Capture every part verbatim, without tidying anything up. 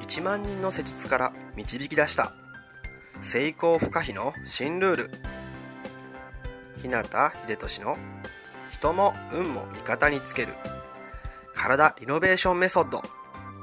ちまん人の施術から導き出した成功不可避の新ルール。日向秀俊の人も運も味方につける体リノベーションメソッド。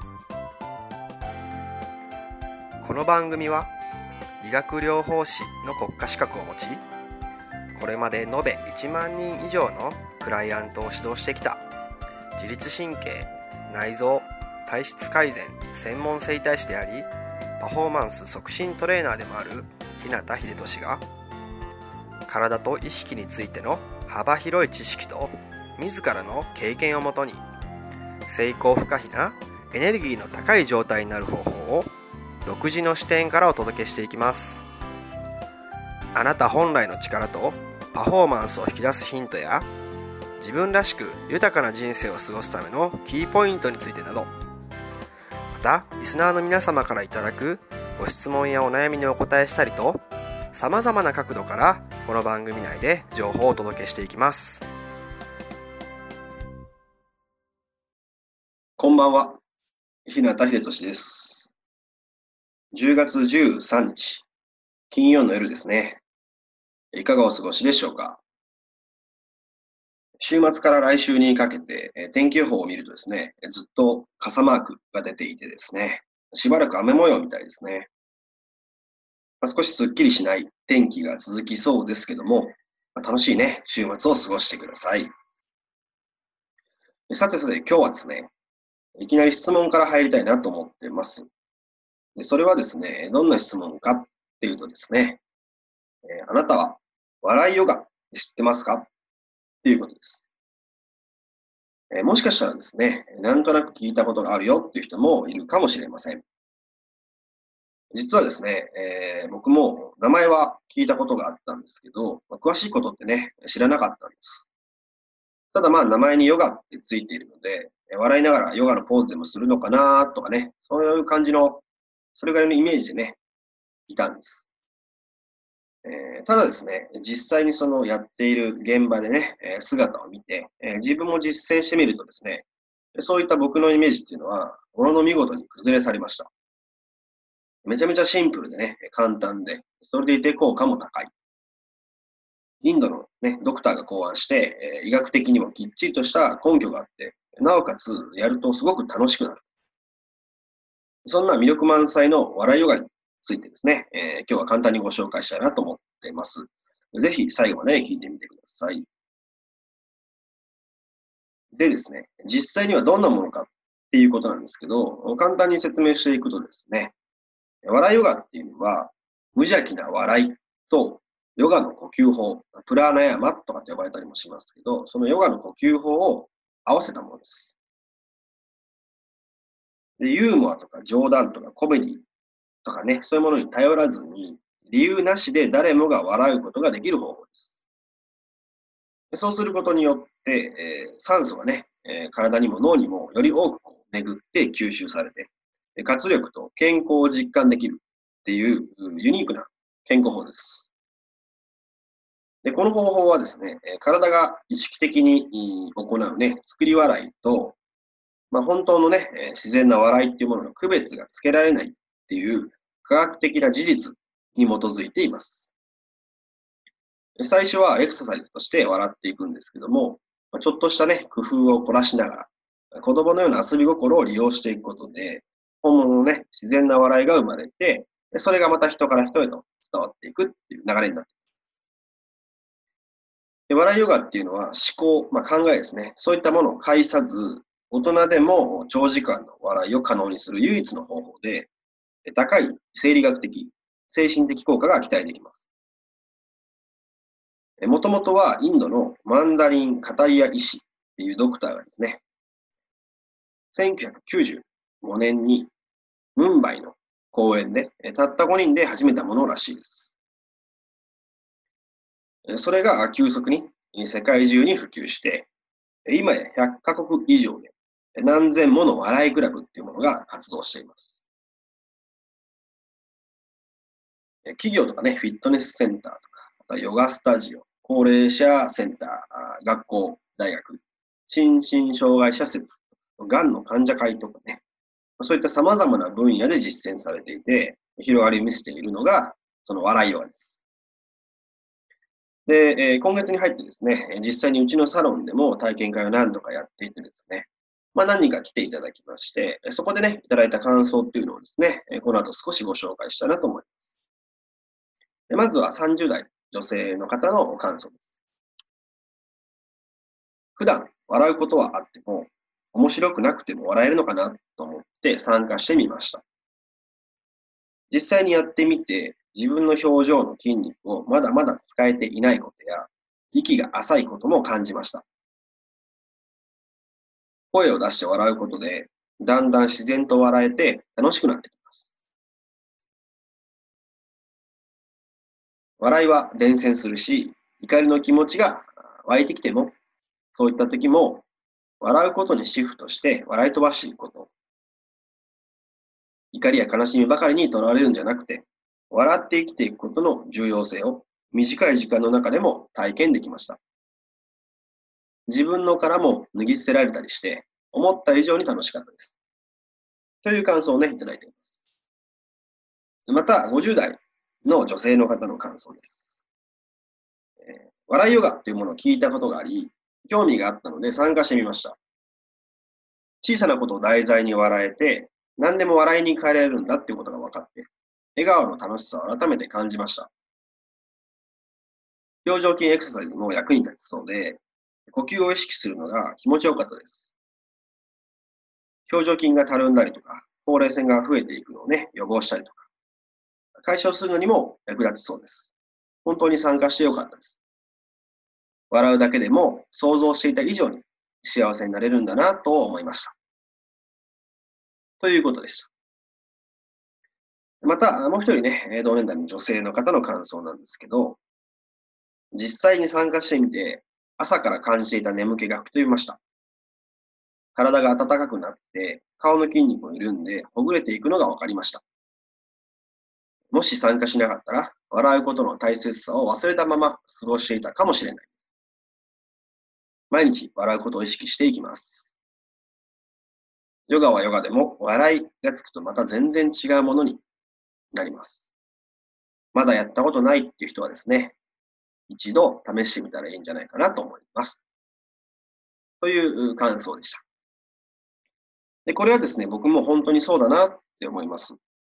この番組は理学療法士の国家資格を持ち、これまで延べいちまん人以上のクライアントを指導してきた自律神経、内臓、体質改善専門整体師であり、パフォーマンス促進トレーナーでもある日向秀俊が、体と意識についての幅広い知識と自らの経験をもとに、成功不可避なエネルギーの高い状態になる方法を独自の視点からお届けしていきます。あなた本来の力とパフォーマンスを引き出すヒントや、自分らしく豊かな人生を過ごすためのキーポイントについてなど、またリスナーの皆様からいただくご質問やお悩みにお答えしたりと、さまざまな角度からこの番組内で情報をお届けしていきます。 こんばんは、日向秀俊です。じゅうがつじゅうさんにち、金曜の夜ですね。いかがお過ごしでしょうか。週末から来週にかけて天気予報を見るとですね、ずっと傘マークが出ていてですね、しばらく雨模様みたいですね。まあ、少しすっきりしない天気が続きそうですけども、まあ、楽しいね、週末を過ごしてください。さてさて、今日はですね、いきなり質問から入りたいなと思っています。でそれはですね、どんな質問かっていうとですね、えーあなたは笑いヨガ知ってますかっていうことです。えーもしかしたらですね、なんとなく聞いたことがあるよっていう人もいるかもしれません。実はですね、えー僕も名前は聞いたことがあったんですけど、まあ詳しいことってね、知らなかったんです。ただまあ名前にヨガってついているので、えー笑いながらヨガのポーズでもするのかなとかね、そういう感じの、それぐらいのイメージでね、いたんです。えーただですね、実際にそのやっている現場でね、えー姿を見て、えー自分も実践してみるとですね、そういった僕のイメージっていうのは、ものの見事に崩れ去りました。めちゃめちゃシンプルでね、簡単で、それでいて効果も高い。インドのね、ドクターが考案して、えー医学的にもきっちりとした根拠があって、なおかつやるとすごく楽しくなる。そんな魅力満載の笑いヨガについてですね、えー今日は簡単にご紹介したいなと思っています。ぜひ最後まで聞いてみてください。でですね、実際にはどんなものかっていうことなんですけど、簡単に説明していくとですね、笑いヨガっていうのは、無邪気な笑いとヨガの呼吸法、プラーナヤマとかって呼ばれたりもしますけど、そのヨガの呼吸法を合わせたものです。で、ユーモアとか冗談とかコメディとかね、そういうものに頼らずに、理由なしで誰もが笑うことができる方法です。でそうすることによって、えー酸素がね、えー体にも脳にもより多くこう巡って吸収されて、活力と健康を実感できるっていうユニークな健康法です。で、この方法はですね、え体が意識的に行うね、作り笑いと、まあ、本当のね、え自然な笑いっていうものの区別がつけられないっていう科学的な事実に基づいています。最初はエクササイズとして笑っていくんですけども、ちょっとしたね、工夫を凝らしながら、子供のような遊び心を利用していくことで、本物のね、自然な笑いが生まれて、それがまた人から人へと伝わっていくっていう流れになっています。で笑いヨガっていうのは思考、まあ、考えですね。そういったものを介さず、大人でも長時間の笑いを可能にする唯一の方法で、高い生理学的、精神的効果が期待できます。もともとはインドのマンダリン・カタリア医師っていうドクターがですね、せんきゅうひゃくきゅうじゅうごねんにムンバイの公園でたったごにんで始めたものらしいです。それが急速に世界中に普及して、今やひゃっかこく以上で何千もの笑いクラブっていうものが活動しています。企業とかね、フィットネスセンターとか、またヨガスタジオ、高齢者センター、学校、大学、心身障害者施設、がんの患者会とかね、 そういった様々な分野で実践されていて、広がりを見せているのが、その笑いヨガです。で、えー今月に入ってですね、えー実際にうちのサロンでも体験会を何度かやっていてですね、まあ、何人か来ていただきまして、えーそこでね、いただいた感想っていうのをですね、えーこの後少しご紹介したいなと思います。でまずはさんじゅう代女性の方の感想です。普段笑うことはあっても、面白くなくても笑えるのかなと思って参加してみました。実際にやってみて、自分の表情の筋肉をまだまだ使えていないことや、息が浅いことも感じました。声を出して笑うことで、だんだん自然と笑えて楽しくなってきます。笑いは伝染するし、怒りの気持ちが湧いてきても、そういった時も、笑うことにシフトして笑い飛ばしていくこと。怒りや悲しみばかりにとらわれるんじゃなくて、笑って生きていくことの重要性を短い時間の中でも体験できました。自分の殻も脱ぎ捨てられたりして、思った以上に楽しかったです。という感想をね、いただいています。また、ごじゅう代の女性の方の感想です。えー笑いヨガというものを聞いたことがあり、興味があったので参加してみました。小さなことを題材に笑えて、何でも笑いに変えられるんだっていうことが分かって、笑顔の楽しさを改めて感じました。表情筋エクササイズも役に立ちそうで、呼吸を意識するのが気持ちよかったです。表情筋がたるんだりとか、ほうれい線が増えていくのをね、予防したりとか、解消するのにも役立ちそうです。本当に参加してよかったです。笑うだけでも想像していた以上に幸せになれるんだなと思いました。ということでした。また、もう一人ね、同年代の女性の方の感想なんですけど、実際に参加してみて、朝から感じていた眠気が吹き飛びました。体が温かくなって、顔の筋肉も緩んで、ほぐれていくのが分かりました。もし参加しなかったら、笑うことの大切さを忘れたまま過ごしていたかもしれない。毎日笑うことを意識していきます。ヨガはヨガでも、笑いがつくとまた全然違うものになります。まだやったことないっていう人はですね、一度試してみたらいいんじゃないかなと思います。という感想でした。で、これはですね、僕も本当にそうだなって思います。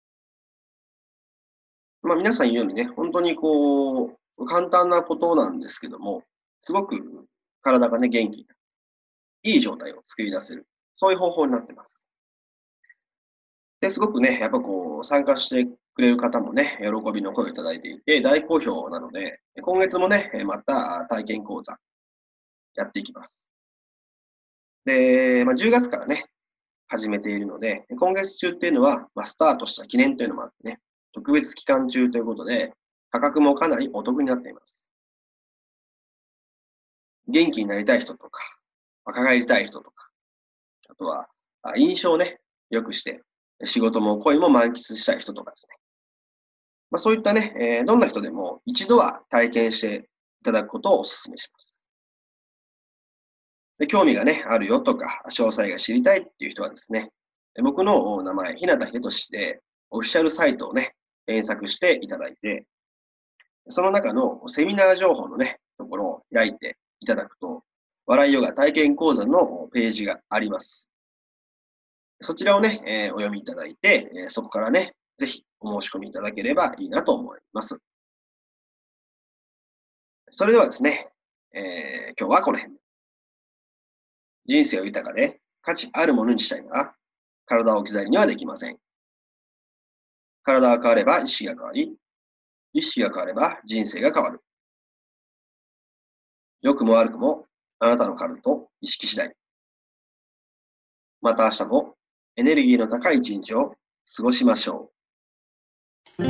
まあ皆さん言うようにね、本当にこう、簡単なことなんですけども、すごく体がね、元気になる、いい状態を作り出せる、そういう方法になってます。で、すごくね、やっぱこう、参加してくれる方もね、喜びの声をいただいていて、大好評なので、今月もね、また体験講座やっていきます。で、まあ、じゅうがつからね、始めているので、今月中っていうのは、まあ、スタートした記念というのもあってね、特別期間中ということで、価格もかなりお得になっています。元気になりたい人とか、若返りたい人とか、あとは、あ印象をね、良くして、仕事も恋も満喫したい人とかですね。まあ、そういったね、えーどんな人でも一度は体験していただくことをお勧めします。で興味がね、あるよとか、詳細が知りたいっていう人はですね、僕の名前、日向秀俊で、オフィシャルサイトをね、検索していただいて、その中のセミナー情報のね、ところを開いていただくと、笑いヨガ体験講座のページがあります。そちらをね、えーお読みいただいて、えーそこからね、ぜひお申し込みいただければいいなと思います。それではですね、えー今日はこの辺で。人生を豊かで価値あるものにしたいなら、体を置き去りにはできません。体が変われば意識が変わり、意識が変われば人生が変わる。良くも悪くもあなたの体と意識次第。また明日もエネルギーの高い一日を過ごしましょう。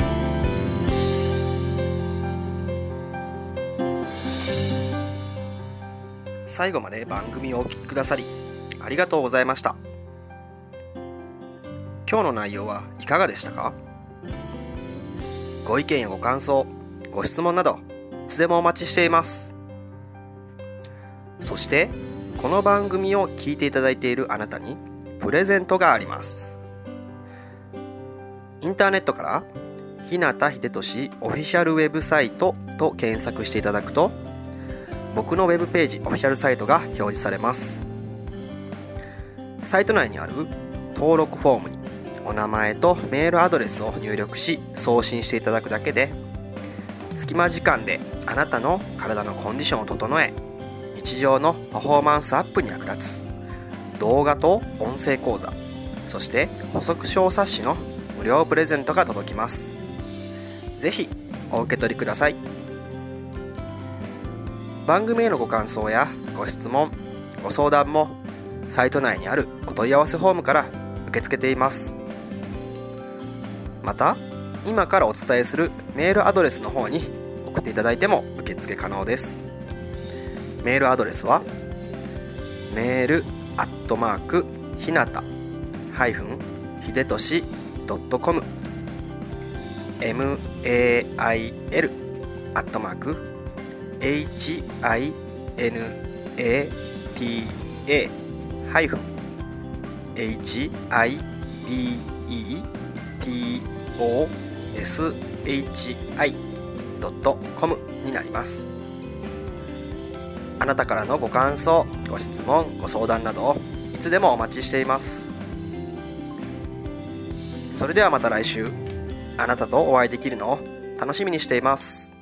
最後まで番組をお聞きくださりありがとうございました。今日の内容はいかがでしたか？ご意見やご感想、ご質問などいつでもお待ちしています。そしてこの番組を聞いていただいているあなたにプレゼントがあります。 インターネットから日向秀俊オフィシャルウェブサイトと検索していただくと、僕のウェブページオフィシャルサイトが表示されます。サイト内にある登録フォームにお名前とメールアドレスを入力し送信していただくだけで、隙間時間であなたの体のコンディションを整え、日常のパフォーマンスアップに役立つ動画と音声講座、そして補足小冊子の無料プレゼントが届きます。ぜひお受け取りください。番組へのご感想やご質問、ご相談もサイト内にあるお問い合わせフォームから受け付けています。また、今からお伝えするメールアドレスの方に送っていただいても受付可能です。メールアドレスはメールアットマークひなたハイフンひでとしドットコム メールアットマーク ヒナタハイフン ヒベトシドットコム になります。あなたからのご感想、ご質問、ご相談などいつでもお待ちしています。それではまた来週、あなたとお会いできるのを楽しみにしています。